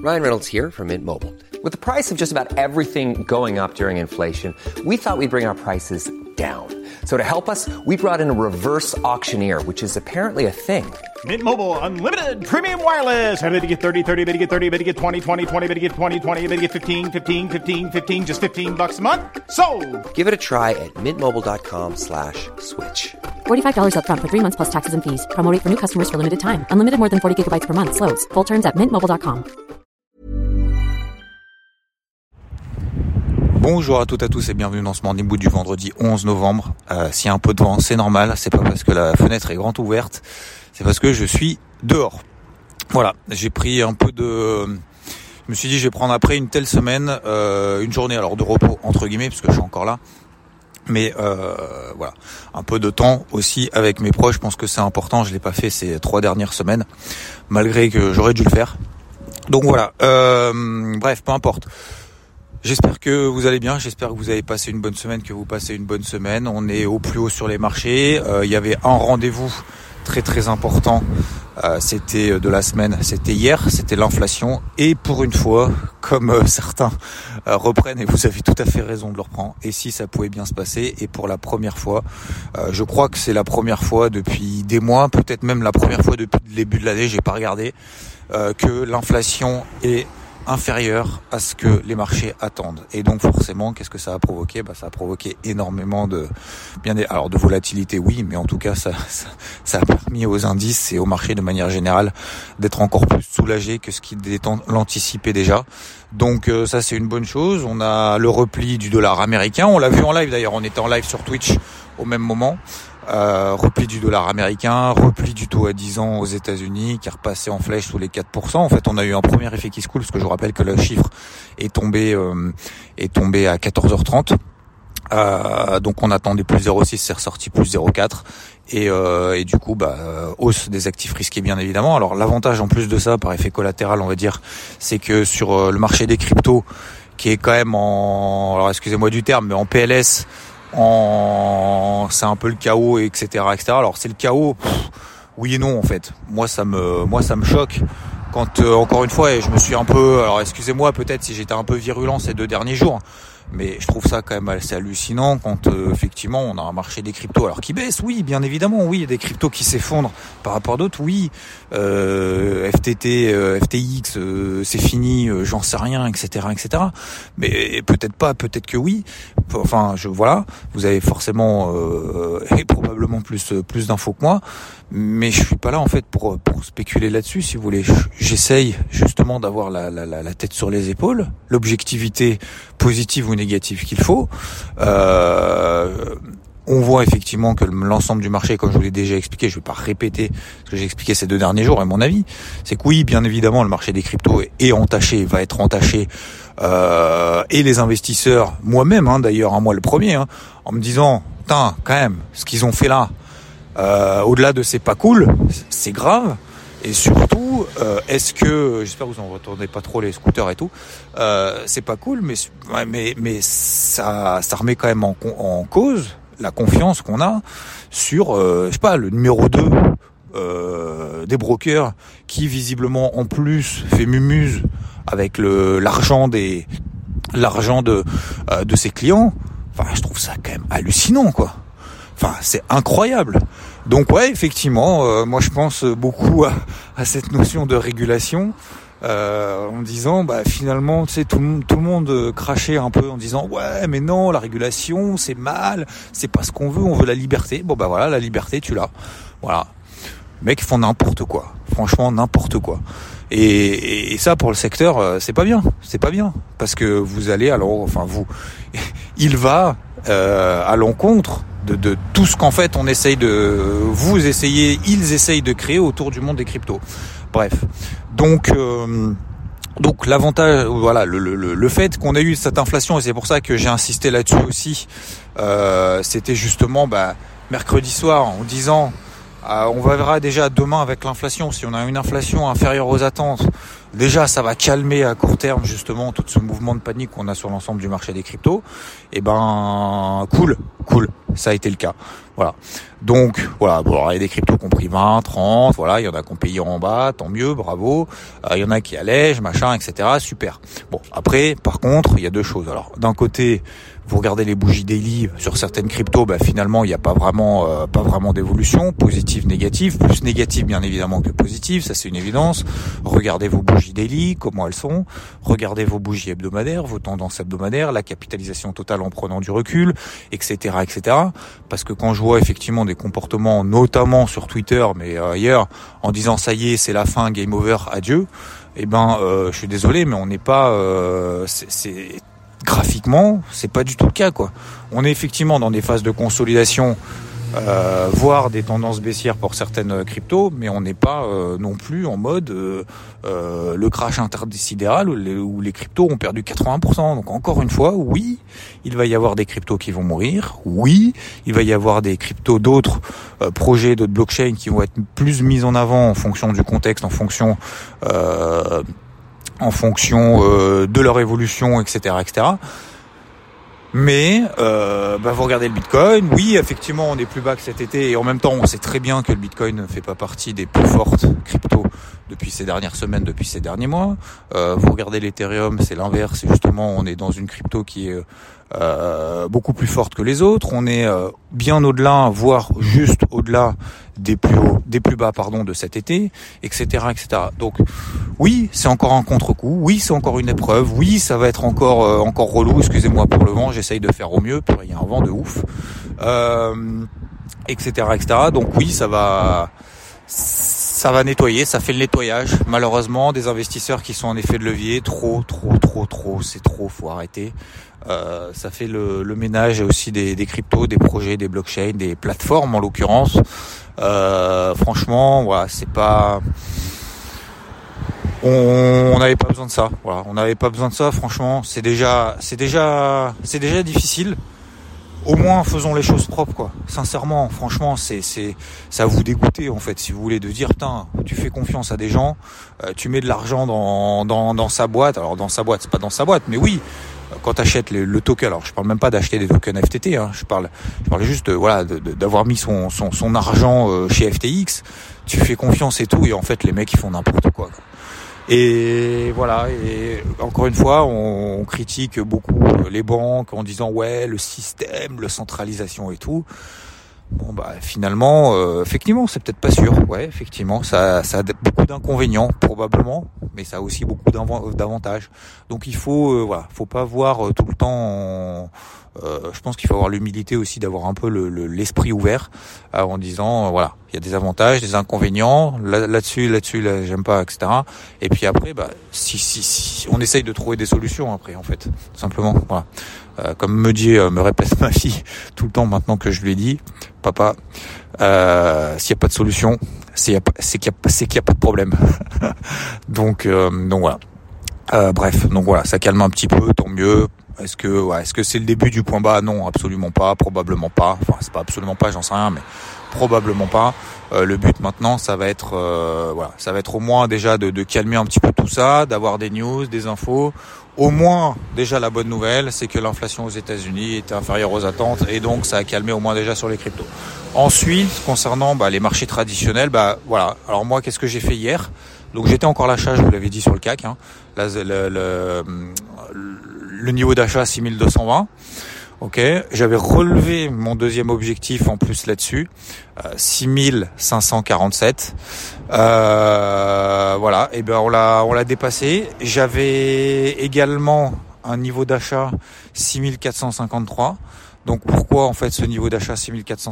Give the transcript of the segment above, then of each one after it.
Ryan Reynolds here from Mint Mobile. With the price of just about everything going up during inflation, we thought we'd bring our prices down. So to help us, we brought in a reverse auctioneer, which is apparently a thing. Mint Mobile Unlimited Premium Wireless. How to get 30, 30, how to get 30, how to get 20, 20, 20, how to get 20, 20, how to get 15, 15, 15, 15, just $15 a month? Sold! Give it a try at mintmobile.com/switch. $45 up front for 3 months plus taxes and fees. Promo rate for new customers for limited time. Unlimited more than 40 gigabytes per month. Slows full terms at mintmobile.com. Bonjour à toutes et à tous et bienvenue dans ce Morning Boot du vendredi 11 novembre. S'il y a un peu de vent, c'est normal. C'est pas parce que la fenêtre est grande ouverte, c'est parce que je suis dehors. Voilà, j'ai pris un peu de... Je me suis dit je vais prendre après une telle semaine, une journée alors de repos entre guillemets parce que je suis encore là. Mais voilà, un peu de temps aussi avec mes proches, je pense que c'est important. Je l'ai pas fait ces 3 dernières semaines, malgré que j'aurais dû le faire. Donc voilà, bref, peu importe. J'espère que vous allez bien, j'espère que vous avez passé une bonne semaine, que vous passez une bonne semaine. On est au plus haut sur les marchés. Il y avait un rendez-vous très très important, c'était de la semaine, c'était hier, c'était l'inflation. Et pour une fois, comme certains reprennent, et vous avez tout à fait raison de le reprendre, et si ça pouvait bien se passer, et pour la première fois, je crois que c'est la première fois depuis des mois, peut-être même la première fois depuis le début de l'année, j'ai pas regardé, que l'inflation est inférieur à ce que les marchés attendent. Et donc forcément, qu'est-ce que ça a provoqué ? Ça a provoqué énormément de volatilité, oui, mais en tout cas ça a permis aux indices et aux marchés de manière générale d'être encore plus soulagés que ce qu'ils l'anticipaient déjà. Donc ça c'est une bonne chose. On a le repli du dollar américain, on l'a vu en live d'ailleurs, on était en live sur Twitch au même moment. Repli du dollar américain, repli du taux à 10 ans aux États-Unis qui est repassé en flèche sous les 4%. En fait, on a eu un premier effet qui se coule parce que je vous rappelle que le chiffre est tombé à 14h30. Donc on attendait plus 0,6, c'est ressorti plus 0,4 et du coup hausse des actifs risqués bien évidemment. Alors l'avantage en plus de ça, par effet collatéral on va dire, c'est que sur le marché des cryptos qui est quand même alors excusez-moi du terme, mais en PLS, c'est un peu le chaos, etc. Alors c'est le chaos, oui et non en fait. Moi ça me choque quand encore une fois, et je me suis un peu, alors excusez-moi peut-être si j'étais un peu virulent ces 2 derniers jours, mais je trouve ça quand même assez hallucinant quand effectivement on a un marché des cryptos alors qui baisse, oui bien évidemment, oui il y a des cryptos qui s'effondrent par rapport à d'autres, oui FTT, FTX c'est fini, j'en sais rien, etc. Mais peut-être pas, peut-être que oui. Enfin voilà, vous avez forcément et probablement plus d'infos que moi, mais je suis pas là en fait pour spéculer là-dessus si vous voulez. J'essaye justement d'avoir la tête sur les épaules, l'objectivité positive ou négative qu'il faut. On voit effectivement que l'ensemble du marché, comme je vous l'ai déjà expliqué, je vais pas répéter ce que j'ai expliqué ces 2 derniers jours, et mon avis, c'est que oui, bien évidemment, le marché des cryptos est entaché, va être entaché, et les investisseurs, moi-même, d'ailleurs, moi le premier, en me disant, putain, quand même, ce qu'ils ont fait là, au-delà de c'est pas cool, c'est grave. Et surtout, est-ce que, j'espère que vous en retournez pas trop les scooters et tout, c'est pas cool, mais ça remet quand même en cause la confiance qu'on a sur, le numéro 2 des brokers qui visiblement en plus fait mumuse avec l'argent de ses clients. Enfin, je trouve ça quand même hallucinant, quoi. Enfin, c'est incroyable. Donc ouais, effectivement, moi je pense beaucoup à cette notion de régulation, en disant finalement, tu sais, tout le monde crachait un peu en disant ouais, mais non, la régulation c'est mal, c'est pas ce qu'on veut, on veut la liberté. Bon voilà, la liberté tu l'as. Voilà. Les mecs font n'importe quoi. Franchement, n'importe quoi. Et ça pour le secteur, c'est pas bien, parce que vous allez il va à l'encontre de tout ce qu'en fait ils essayent de créer autour du monde des cryptos. Bref, donc l'avantage, voilà, le fait qu'on a eu cette inflation, et c'est pour ça que j'ai insisté là-dessus aussi, c'était justement mercredi soir en disant on verra déjà demain avec l'inflation, si on a une inflation inférieure aux attentes, déjà ça va calmer à court terme justement tout ce mouvement de panique qu'on a sur l'ensemble du marché des cryptos. Et ben cool, ça a été le cas. Voilà. Donc voilà, bon, il y a des cryptos qui ont pris 20, 30, voilà, il y en a qui ont payé en bas, tant mieux, bravo. Il y en a qui allègent, machin, etc. Super. Bon, après, par contre, il y a deux choses. Alors, d'un côté, vous regardez les bougies daily sur certaines cryptos, finalement, il n'y a pas vraiment d'évolution, positive, négative, plus négative bien évidemment que positive, ça c'est une évidence. Regardez vos bougies daily, comment elles sont. Regardez vos bougies hebdomadaires, vos tendances hebdomadaires, la capitalisation totale en prenant du recul, etc., etc. Parce que quand je vois effectivement des comportements, notamment sur Twitter, mais ailleurs, en disant ça y est, c'est la fin, game over, adieu. Je suis désolé, mais on n'est pas, graphiquement, c'est pas du tout le cas, quoi. On est effectivement dans des phases de consolidation, voire des tendances baissières pour certaines cryptos, mais on n'est pas non plus en mode le crash interdécidéral où les cryptos ont perdu 80%. Donc encore une fois, oui, il va y avoir des cryptos qui vont mourir. Oui, il va y avoir des cryptos d'autres projets, d'autres blockchains qui vont être plus mis en avant en fonction du contexte, en fonction de leur évolution, etc., etc. Mais vous regardez le Bitcoin, oui, effectivement, on est plus bas que cet été, et en même temps, on sait très bien que le Bitcoin ne fait pas partie des plus fortes cryptos depuis ces dernières semaines, depuis ces derniers mois. Vous regardez l'Ethereum, c'est l'inverse, c'est justement, on est dans une crypto qui est beaucoup plus forte que les autres. On est bien au-delà, voire juste au-delà des plus bas de cet été, etc., etc. Donc oui, c'est encore un contre-coup, oui, c'est encore une épreuve, oui, ça va être encore relou, excusez-moi pour le vent, j'essaye de faire au mieux, puis il y a un vent de ouf, etc., etc. Donc oui, ça va nettoyer, ça fait le nettoyage, malheureusement, des investisseurs qui sont en effet de levier, trop, c'est trop, faut arrêter. Ça fait le ménage aussi des cryptos, des projets, des blockchains, des plateformes en l'occurrence. Franchement, voilà, c'est pas, on n'avait pas besoin de ça. Voilà, on n'avait pas besoin de ça. Franchement, c'est déjà difficile. Au moins, faisons les choses propres, quoi. Sincèrement, franchement, ça vous dégoûter, en fait, si vous voulez, de dire, putain, tu fais confiance à des gens, tu mets de l'argent dans sa boîte. Alors, dans sa boîte, c'est pas dans sa boîte, mais oui, quand t'achètes le token, alors je parle même pas d'acheter des tokens FTT, hein, je parle juste d'avoir mis son argent chez FTX, tu fais confiance et tout, et en fait, les mecs, ils font n'importe quoi. Et voilà, et encore une fois, on critique beaucoup les banques en disant ouais, le système, la centralisation et tout. Bon finalement, effectivement, c'est peut-être pas sûr. Ouais, effectivement, ça a beaucoup d'inconvénients probablement, mais ça a aussi beaucoup d'avantages. Donc il faut faut pas voir tout le temps. Je pense qu'il faut avoir l'humilité aussi d'avoir un peu l'esprit ouvert en disant il y a des avantages, des inconvénients, là-dessus j'aime pas, etc. Et puis après si on essaye de trouver des solutions après, en fait, tout simplement. Voilà. Comme me répète ma fille tout le temps maintenant que je lui ai dit, papa, s'il y a pas de solution, c'est qu'il y a pas de problème. donc voilà. Bref, donc voilà, ça calme un petit peu, tant mieux. Est-ce que c'est le début du point bas? Non, absolument pas, probablement pas. Enfin, c'est pas absolument pas, j'en sais rien, mais probablement pas. Le but maintenant, ça va être au moins déjà de calmer un petit peu tout ça, d'avoir des news, des infos. Au moins, déjà la bonne nouvelle, c'est que l'inflation aux États-Unis était inférieure aux attentes, et donc ça a calmé au moins déjà sur les cryptos. Ensuite, concernant les marchés traditionnels, voilà. Alors moi, qu'est-ce que j'ai fait hier? Donc j'étais encore à l'achat, je vous l'avais dit, sur le CAC. Hein. Là, le niveau d'achat 6220. Ok, j'avais relevé mon deuxième objectif en plus là-dessus, 6547. Voilà, et on l'a dépassé. J'avais également un niveau d'achat 6453. Donc pourquoi en fait ce niveau d'achat 6453 ?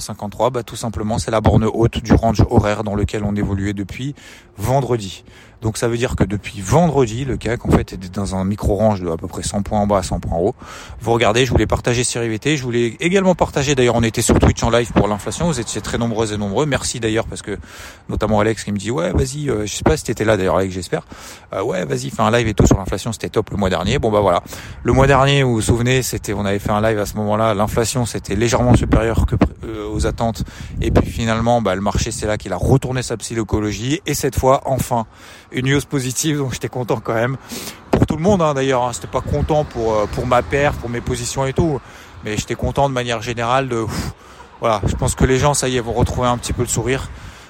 Tout simplement c'est la borne haute du range horaire dans lequel on évoluait depuis vendredi. Donc ça veut dire que depuis vendredi, le CAC en fait était dans un micro-range de à peu près 100 points en bas, 100 points en haut. Vous regardez, je voulais partager sur IVT, je voulais également partager, d'ailleurs on était sur Twitch en live pour l'inflation, vous étiez très nombreuses et nombreux, merci d'ailleurs, parce que notamment Alex qui me dit ouais vas-y, je sais pas si t'étais là d'ailleurs Alex, j'espère, ouais vas-y fais un live et tout sur l'inflation, c'était top le mois dernier. Bon voilà, le mois dernier, vous vous souvenez, on avait fait un live à ce moment-là, l'inflation c'était légèrement supérieur que aux attentes, et puis finalement le marché c'est là qu'il a retourné sa psychologie, et cette fois enfin une news positive, donc j'étais content quand même. Pour tout le monde d'ailleurs, c'était pas content pour ma paire, pour mes positions et tout, mais j'étais content de manière générale voilà, je pense que les gens, ça y est, vont retrouver un petit peu le sourire.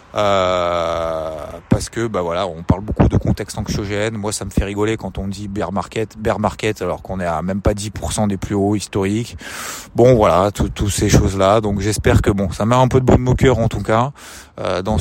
Parce que voilà, on parle beaucoup de contexte anxiogène. Moi, ça me fait rigoler quand on dit bear market alors qu'on est à même pas 10% des plus hauts historiques. Bon, voilà, toutes ces choses-là. Donc, j'espère que ça met un peu de baume au cœur en tout cas dans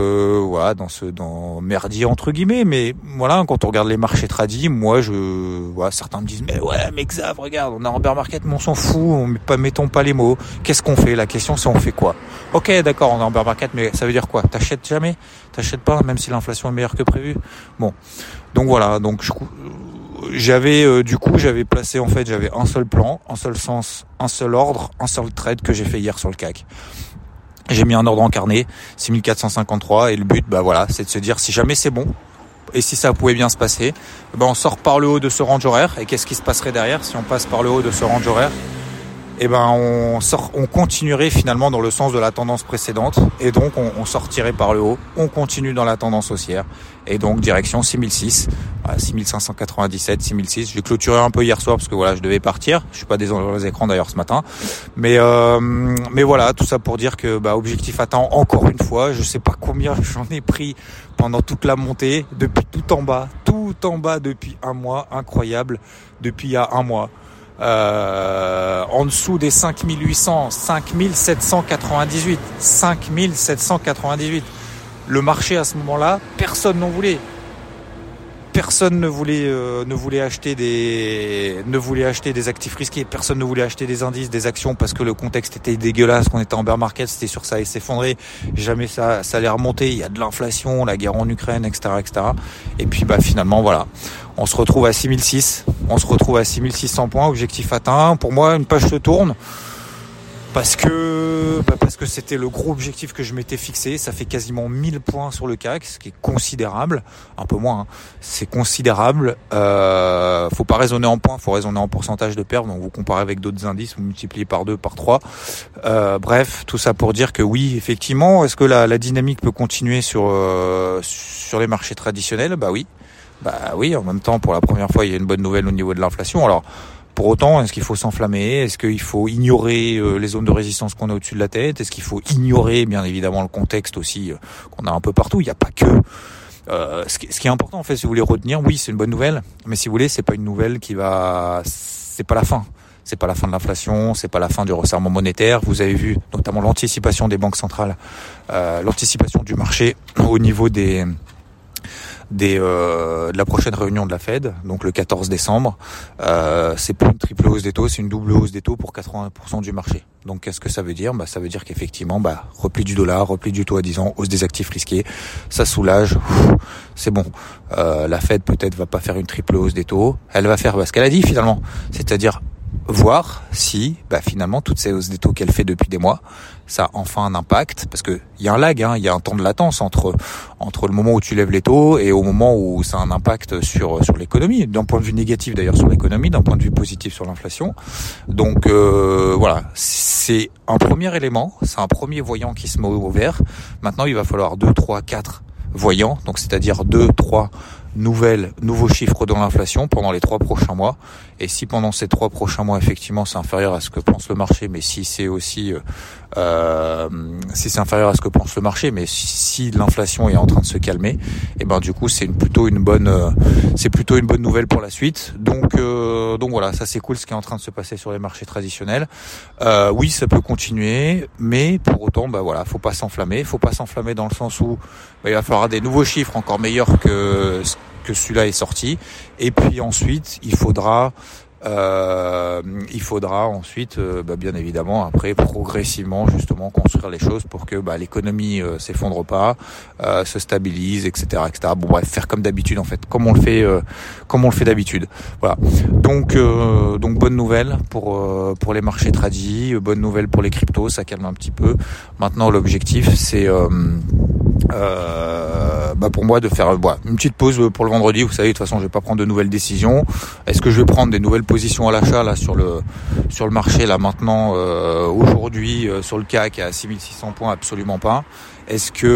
merdier entre guillemets. Mais voilà, quand on regarde les marchés tradis, moi, certains me disent mais Xav, regarde, on est en bear market, mais on s'en fout. Mettons pas les mots. Qu'est-ce qu'on fait? La question, c'est on fait quoi? Ok, d'accord, on est en bear market, mais ça veut dire quoi? T'achètes jamais? T'achètes pas, même si l'inflation est meilleure que prévu? Bon. Donc voilà, j'avais placé, en fait, j'avais un seul plan, un seul sens, un seul ordre, un seul trade que j'ai fait hier sur le CAC. J'ai mis un ordre en carnet, 6453, et le but, c'est de se dire si jamais c'est bon, et si ça pouvait bien se passer, on sort par le haut de ce range horaire, et qu'est-ce qui se passerait derrière si on passe par le haut de ce range horaire? On continuerait finalement dans le sens de la tendance précédente, et donc on sortirait par le haut, on continue dans la tendance haussière, et donc direction 6006, 6597, 6006. J'ai clôturé un peu hier soir parce que je devais partir. Je suis pas dans les écrans d'ailleurs ce matin, mais voilà, tout ça pour dire que objectif atteint encore une fois. Je sais pas combien j'en ai pris pendant toute la montée, depuis tout en bas depuis un mois, incroyable, depuis il y a un mois. En dessous des 5800, 5798. Le marché à ce moment-là, personne n'en voulait. Personne ne voulait acheter des actifs risqués. Personne ne voulait acheter des indices, des actions parce que le contexte était dégueulasse, qu'on était en bear market, c'était sûr que ça allait s'effondrer. Jamais ça allait remonter. Il y a de l'inflation, la guerre en Ukraine, etc., etc. Et puis, finalement, voilà. On se retrouve à 6006. On se retrouve à 6600 points. Objectif atteint. Pour moi, une page se tourne. Parce que c'était le gros objectif que je m'étais fixé. Ça fait quasiment 1000 points sur le CAC, ce qui est considérable. Un peu moins, c'est considérable. Faut pas raisonner en points, faut raisonner en pourcentage de perte. Donc vous comparez avec d'autres indices, vous multipliez par 2, par 3. Bref, tout ça pour dire que oui, effectivement, est-ce que la dynamique peut continuer sur les marchés traditionnels? Oui. Oui, en même temps, pour la première fois, il y a une bonne nouvelle au niveau de l'inflation. Alors, pour autant, est-ce qu'il faut s'enflammer? Est-ce qu'il faut ignorer les zones de résistance qu'on a au-dessus de la tête? Est-ce qu'il faut ignorer, bien évidemment, le contexte aussi qu'on a un peu partout? Il n'y a pas que... ce qui est important, en fait, si vous voulez retenir, oui, c'est une bonne nouvelle, mais si vous voulez, c'est pas une nouvelle c'est pas la fin. C'est pas la fin de l'inflation, c'est pas la fin du resserrement monétaire. Vous avez vu notamment l'anticipation des banques centrales, l'anticipation du marché au niveau de la prochaine réunion de la Fed, donc le 14 décembre. C'est pas une triple hausse des taux, c'est une double hausse des taux pour 80% du marché. Donc qu'est-ce que ça veut dire? Ça veut dire qu'effectivement, repli du dollar, repli du taux à 10 ans, hausse des actifs risqués, ça soulage. C'est bon. La Fed peut-être va pas faire une triple hausse des taux, elle va faire ce qu'elle a dit finalement, c'est-à-dire voir si finalement toutes ces hausses des taux qu'elle fait depuis des mois, ça a enfin un impact, parce que il y a un lag, il y a un temps de latence entre le moment où tu lèves les taux et au moment où ça a un impact sur l'économie, d'un point de vue négatif d'ailleurs sur l'économie, d'un point de vue positif sur l'inflation. Donc voilà, c'est un premier élément, c'est un premier voyant qui se met au vert. Maintenant il va falloir 2, 3, 4 voyants, donc c'est-à-dire 2, 3 nouveaux chiffres dans l'inflation pendant les 3 prochains mois. Et si pendant ces 3 prochains mois, effectivement, c'est inférieur à ce que pense le marché, mais si c'est aussi, si c'est inférieur à ce que pense le marché, mais si l'inflation est en train de se calmer, et du coup, c'est plutôt une bonne nouvelle pour la suite. Donc voilà, ça c'est cool ce qui est en train de se passer sur les marchés traditionnels. Oui, ça peut continuer, mais pour autant, voilà, faut pas s'enflammer dans le sens où il va falloir des nouveaux chiffres encore meilleurs que celui-là est sorti, et puis ensuite il faudra ensuite bien évidemment après progressivement justement construire les choses pour que l'économie s'effondre pas, se stabilise, etc. Bon bref, faire comme d'habitude en fait, comme on le fait d'habitude. Voilà. Donc bonne nouvelle pour les marchés tradis, bonne nouvelle pour les cryptos, ça calme un petit peu. Maintenant l'objectif c'est pour moi de faire une petite pause pour le vendredi. Vous savez, de toute façon je vais pas prendre de nouvelles décisions. Est-ce que je vais prendre des nouvelles positions à l'achat là sur le marché là maintenant aujourd'hui sur le CAC à 6600 points? Absolument pas. Est-ce que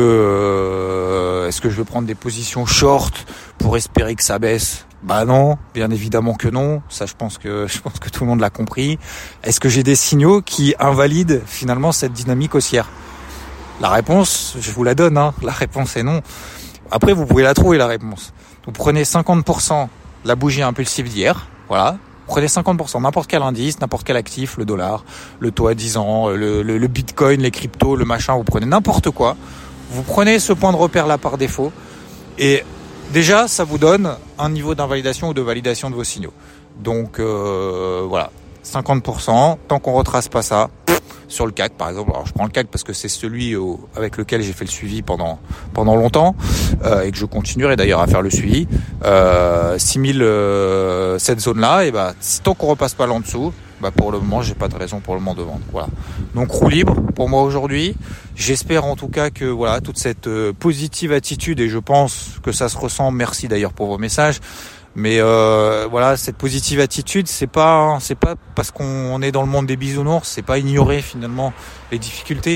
je vais prendre des positions short pour espérer que ça baisse? Non, bien évidemment que non. Ça, je pense que tout le monde l'a compris. Est-ce que j'ai des signaux qui invalident finalement cette dynamique haussière? La réponse, je vous la donne, La réponse est non. Après, vous pouvez la trouver, la réponse. Vous prenez 50% la bougie impulsive d'hier, voilà. Prenez 50%, n'importe quel indice, n'importe quel actif, le dollar, le taux à 10 ans, le bitcoin, les cryptos, le machin, vous prenez n'importe quoi. Vous prenez ce point de repère là par défaut. Et déjà, ça vous donne un niveau d'invalidation ou de validation de vos signaux. Donc, voilà. 50%, tant qu'on retrace pas ça, sur le CAC par exemple. Alors je prends le CAC parce que c'est celui avec lequel j'ai fait le suivi pendant longtemps et que je continuerai d'ailleurs à faire le suivi. 6000 cette zone là, et tant qu'on repasse pas là en dessous, pour le moment j'ai pas de raison pour le moment de vendre. Voilà. Donc roue libre pour moi aujourd'hui. J'espère en tout cas que voilà toute cette positive attitude, et je pense que ça se ressent. Merci d'ailleurs pour vos messages. Mais voilà, cette positive attitude, c'est pas parce qu'on est dans le monde des bisounours, c'est pas ignorer finalement les difficultés.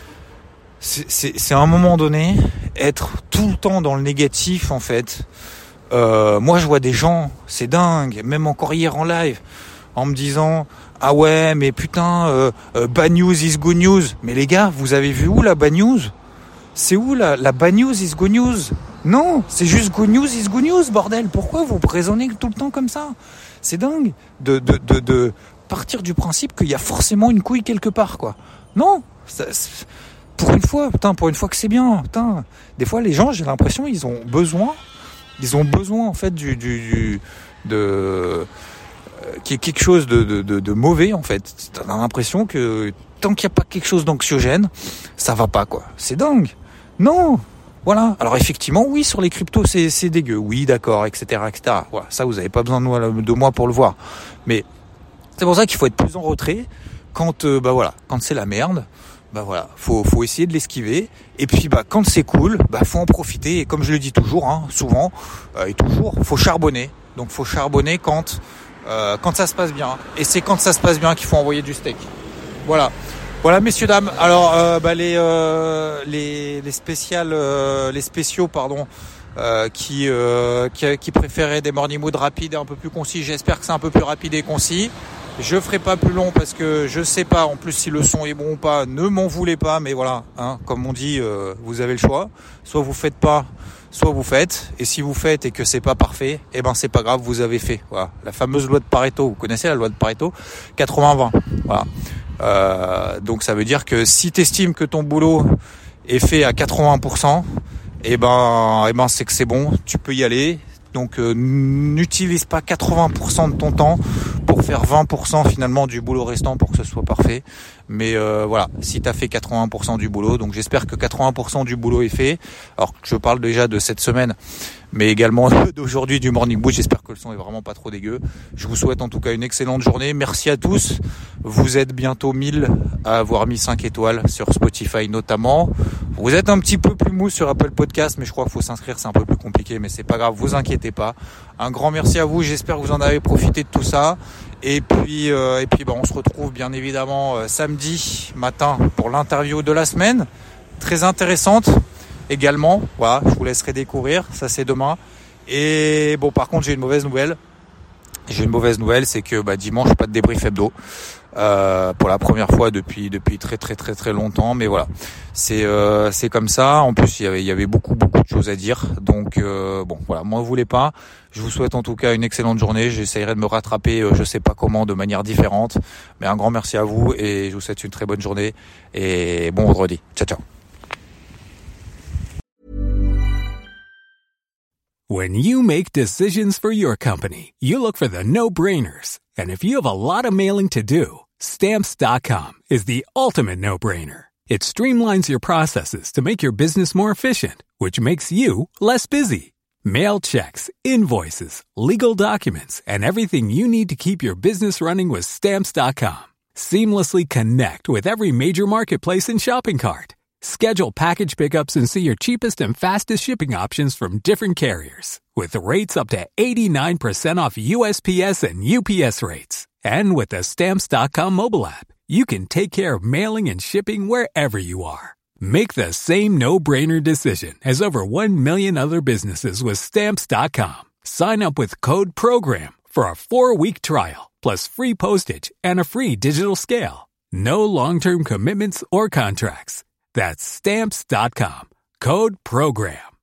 C'est à un moment donné être tout le temps dans le négatif en fait. Moi je vois des gens, c'est dingue, même encore hier en live, en me disant ah ouais mais putain bad news is good news. Mais les gars, vous avez vu où la bad news? C'est où la bad news is good news? Non, c'est juste good news is good news, bordel. Pourquoi vous raisonnez tout le temps comme ça? C'est dingue de partir du principe qu'il y a forcément une couille quelque part, quoi. Non, pour une fois que c'est bien, Des fois, les gens, j'ai l'impression, ils ont besoin en fait qu'il y ait quelque chose de mauvais, en fait. T'as l'impression que tant qu'il n'y a pas quelque chose d'anxiogène, ça va pas, quoi. C'est dingue. Non. Voilà. Alors effectivement, oui, sur les cryptos, c'est dégueu. Oui, d'accord, etc., etc. Voilà. Ça, vous n'avez pas besoin de moi pour le voir. Mais c'est pour ça qu'il faut être plus en retrait quand, quand c'est la merde. Voilà, faut essayer de l'esquiver. Et puis, quand c'est cool, faut en profiter. Et comme je le dis toujours, souvent et toujours, faut charbonner. Donc, faut charbonner quand ça se passe bien. Et c'est quand ça se passe bien qu'il faut envoyer du steak. Voilà. Voilà, messieurs, dames. Alors, les spéciaux, qui préféraient des morning mood rapides et un peu plus concis. J'espère que c'est un peu plus rapide et concis. Je ferai pas plus long parce que je sais pas en plus si le son est bon ou pas. Ne m'en voulez pas, mais voilà, comme on dit, vous avez le choix. Soit vous faites pas, soit vous faites. Et si vous faites et que c'est pas parfait, c'est pas grave, vous avez fait. Voilà, la fameuse loi de Pareto. Vous connaissez la loi de Pareto? 80-20. Voilà. Donc ça veut dire que si t'estimes que ton boulot est fait à 80%, c'est que c'est bon, tu peux y aller. Donc n'utilise pas 80% de ton temps pour faire 20% finalement du boulot restant pour que ce soit parfait. Mais voilà, si tu as fait 80% du boulot, donc j'espère que 80% du boulot est fait. Alors je parle déjà de cette semaine, mais également d'aujourd'hui du Morning Mood. J'espère que le son est vraiment pas trop dégueu. Je vous souhaite en tout cas une excellente journée. Merci à tous. Vous êtes bientôt 1000 à avoir mis 5 étoiles sur Spotify notamment. Vous êtes un petit peu plus mou sur Apple Podcast, mais je crois qu'il faut s'inscrire, c'est un peu plus compliqué, mais c'est pas grave, vous inquiétez pas. Un grand merci à vous, j'espère que vous en avez profité de tout ça. Et puis on se retrouve bien évidemment samedi matin pour l'interview de la semaine. Très intéressante également. Voilà, je vous laisserai découvrir, ça c'est demain. Et bon, par contre, j'ai une mauvaise nouvelle. C'est que dimanche, pas de débrief hebdo. Pour la première fois depuis très très très très longtemps, mais voilà, c'est comme ça. En plus il y avait beaucoup de choses à dire, donc voilà, m'en voulez pas. Je vous souhaite en tout cas une excellente journée. J'essaierai de me rattraper, je sais pas comment, de manière différente, mais un grand merci à vous et je vous souhaite une très bonne journée et bon vendredi. Ciao. When you make decisions for your company, you look for the no-brainers. And if you have a lot of mailing to do, Stamps.com is the ultimate no-brainer. It streamlines your processes to make your business more efficient, which makes you less busy. Mail checks, invoices, legal documents, and everything you need to keep your business running with Stamps.com. Seamlessly connect with every major marketplace and shopping cart. Schedule package pickups and see your cheapest and fastest shipping options from different carriers, with rates up to 89% off USPS and UPS rates. And with the Stamps.com mobile app, you can take care of mailing and shipping wherever you are. Make the same no-brainer decision as over 1 million other businesses with Stamps.com. Sign up with code PROGRAM for a 4-week trial, plus free postage and a free digital scale. No long-term commitments or contracts. That's Stamps.com. Code PROGRAM.